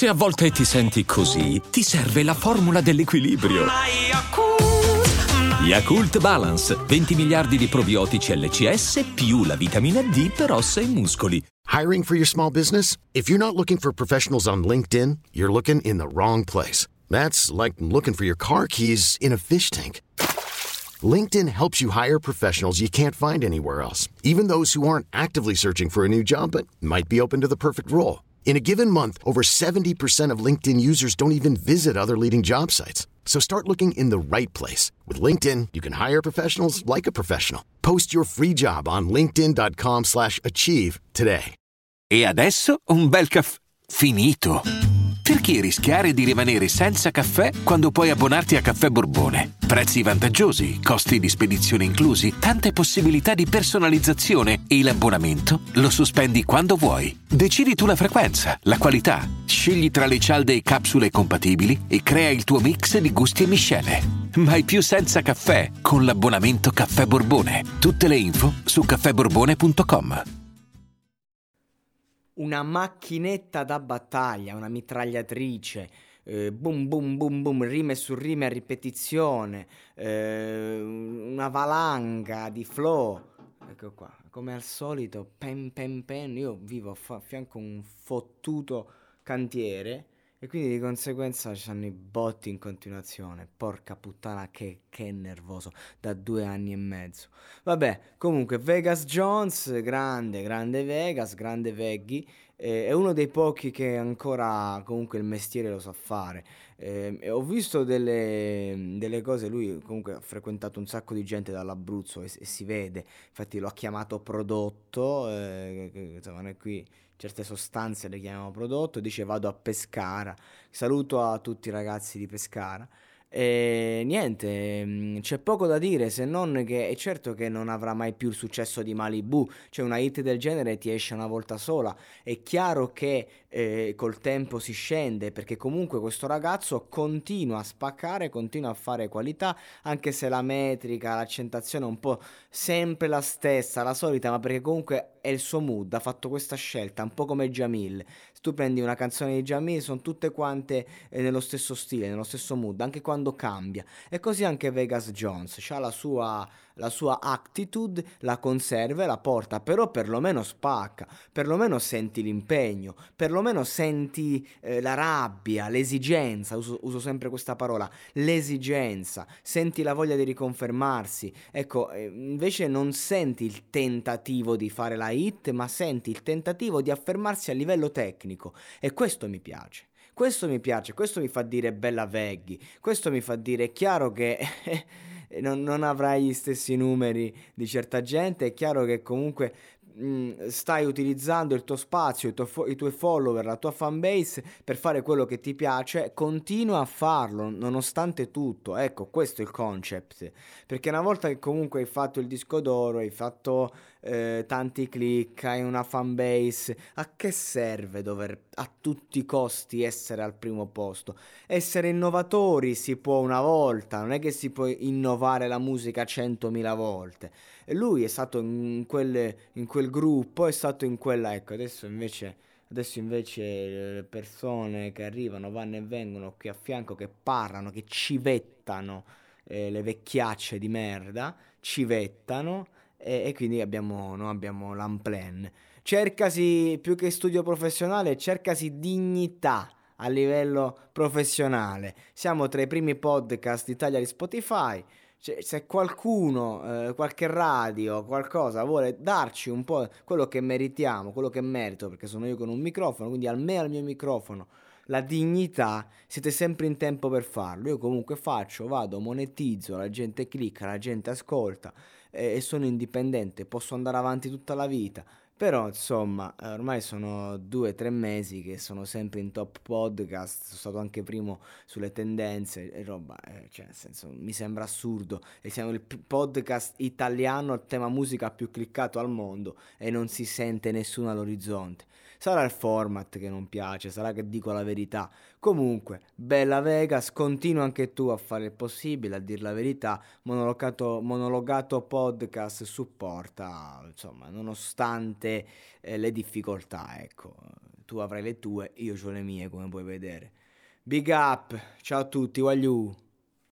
Se a volte ti senti così, ti serve la formula dell'equilibrio. Yakult Balance, 20 miliardi di probiotici LCS più la vitamina D per ossa e muscoli. Hiring for your small business? If you're not looking for professionals on LinkedIn, you're looking in the wrong place. That's like looking for your car keys in a fish tank. LinkedIn helps you hire professionals you can't find anywhere else, even those who aren't actively searching for a new job but might be open to the perfect role. In a given month, over 70% of LinkedIn users don't even visit other leading job sites. So start looking in the right place. With LinkedIn, you can hire professionals like a professional. Post your free job on linkedin.com/achieve today. E adesso un bel caffè finito. Perché rischiare di rimanere senza caffè quando puoi abbonarti a Caffè Borbone? Prezzi vantaggiosi, costi di spedizione inclusi, tante possibilità di personalizzazione e l'abbonamento lo sospendi quando vuoi. Decidi tu la frequenza, la qualità, scegli tra le cialde e capsule compatibili e crea il tuo mix di gusti e miscele. Mai più senza caffè con l'abbonamento Caffè Borbone. Tutte le info su caffèborbone.com. Una macchinetta da battaglia, una mitragliatrice, boom boom boom boom, rime su rime a ripetizione, una valanga di flow. Ecco qua, come al solito, pen pen pen. Io vivo a fianco un fottuto cantiere e quindi di conseguenza ci sono i botti in continuazione. Porca puttana, che nervoso, da 2 anni e mezzo. Vabbè, comunque Vegas Jones, grande Vegas, grande Veggie, è uno dei pochi che ancora comunque il mestiere lo sa fare. E ho visto delle cose, lui comunque ha frequentato un sacco di gente dall'Abruzzo e si vede, infatti lo ha chiamato prodotto, insomma noi qui certe sostanze le chiamiamo prodotto, dice vado a Pescara, saluto a tutti i ragazzi di Pescara. E niente, c'è poco da dire se non che è certo che non avrà mai più il successo di Malibu, cioè una hit del genere ti esce una volta sola, è chiaro che col tempo si scende perché comunque questo ragazzo continua a spaccare, continua a fare qualità, anche se la metrica, l'accentazione è un po' sempre la stessa, la solita, ma perché comunque è il suo mood, ha fatto questa scelta, un po' come Jamil. Se tu prendi una canzone di Jamil sono tutte quante nello stesso stile, nello stesso mood, anche quando cambia. E così anche Vegas Jones, c'ha la sua attitude, la conserva e la porta, però perlomeno spacca, perlomeno senti l'impegno, perlomeno senti la rabbia, l'esigenza, uso sempre questa parola, l'esigenza, senti la voglia di riconfermarsi. Ecco, invece non senti il tentativo di fare la hit, ma senti il tentativo di affermarsi a livello tecnico, e questo mi piace. Questo mi piace, questo mi fa dire bella Veggie, questo mi fa dire è chiaro che non avrai gli stessi numeri di certa gente, è chiaro che comunque stai utilizzando il tuo spazio, i tuoi follower, la tua fanbase per fare quello che ti piace, continua a farlo nonostante tutto. Ecco, questo è il concept, perché una volta che comunque hai fatto il disco d'oro, hai fatto tanti click, hai una fanbase, a che serve dover a tutti i costi essere al primo posto? Essere innovatori si può una volta, non è che si può innovare la musica 100.000 volte. E lui è stato in quel gruppo, è stato in quella, ecco, adesso invece le persone che arrivano, vanno e vengono qui a fianco, che parlano, che civettano, le vecchiacce di merda, civettano, e quindi noi abbiamo l'unplan. Cercasi, più che studio professionale, cercasi dignità a livello professionale. Siamo tra i primi podcast d'Italia di Spotify. Cioè, se qualcuno, qualche radio, qualcosa vuole darci un po' quello che meritiamo, quello che merito, perché sono io con un microfono, quindi almeno al mio microfono, la dignità, siete sempre in tempo per farlo. Io comunque vado, monetizzo, la gente clicca, la gente ascolta, e sono indipendente, posso andare avanti tutta la vita. Però insomma, ormai sono 2 o 3 mesi che sono sempre in top podcast, sono stato anche primo sulle tendenze e roba, cioè nel senso mi sembra assurdo, e siamo il podcast italiano a tema musica più cliccato al mondo e non si sente nessuno all'orizzonte. Sarà il format che non piace, sarà che dico la verità. Comunque, bella Vegas, continua anche tu a fare il possibile, a dir la verità. Monologato podcast supporta, insomma, nonostante le difficoltà, ecco. tu avrai le tue, io ho le mie, come puoi vedere. Big up, ciao a tutti, wagliù.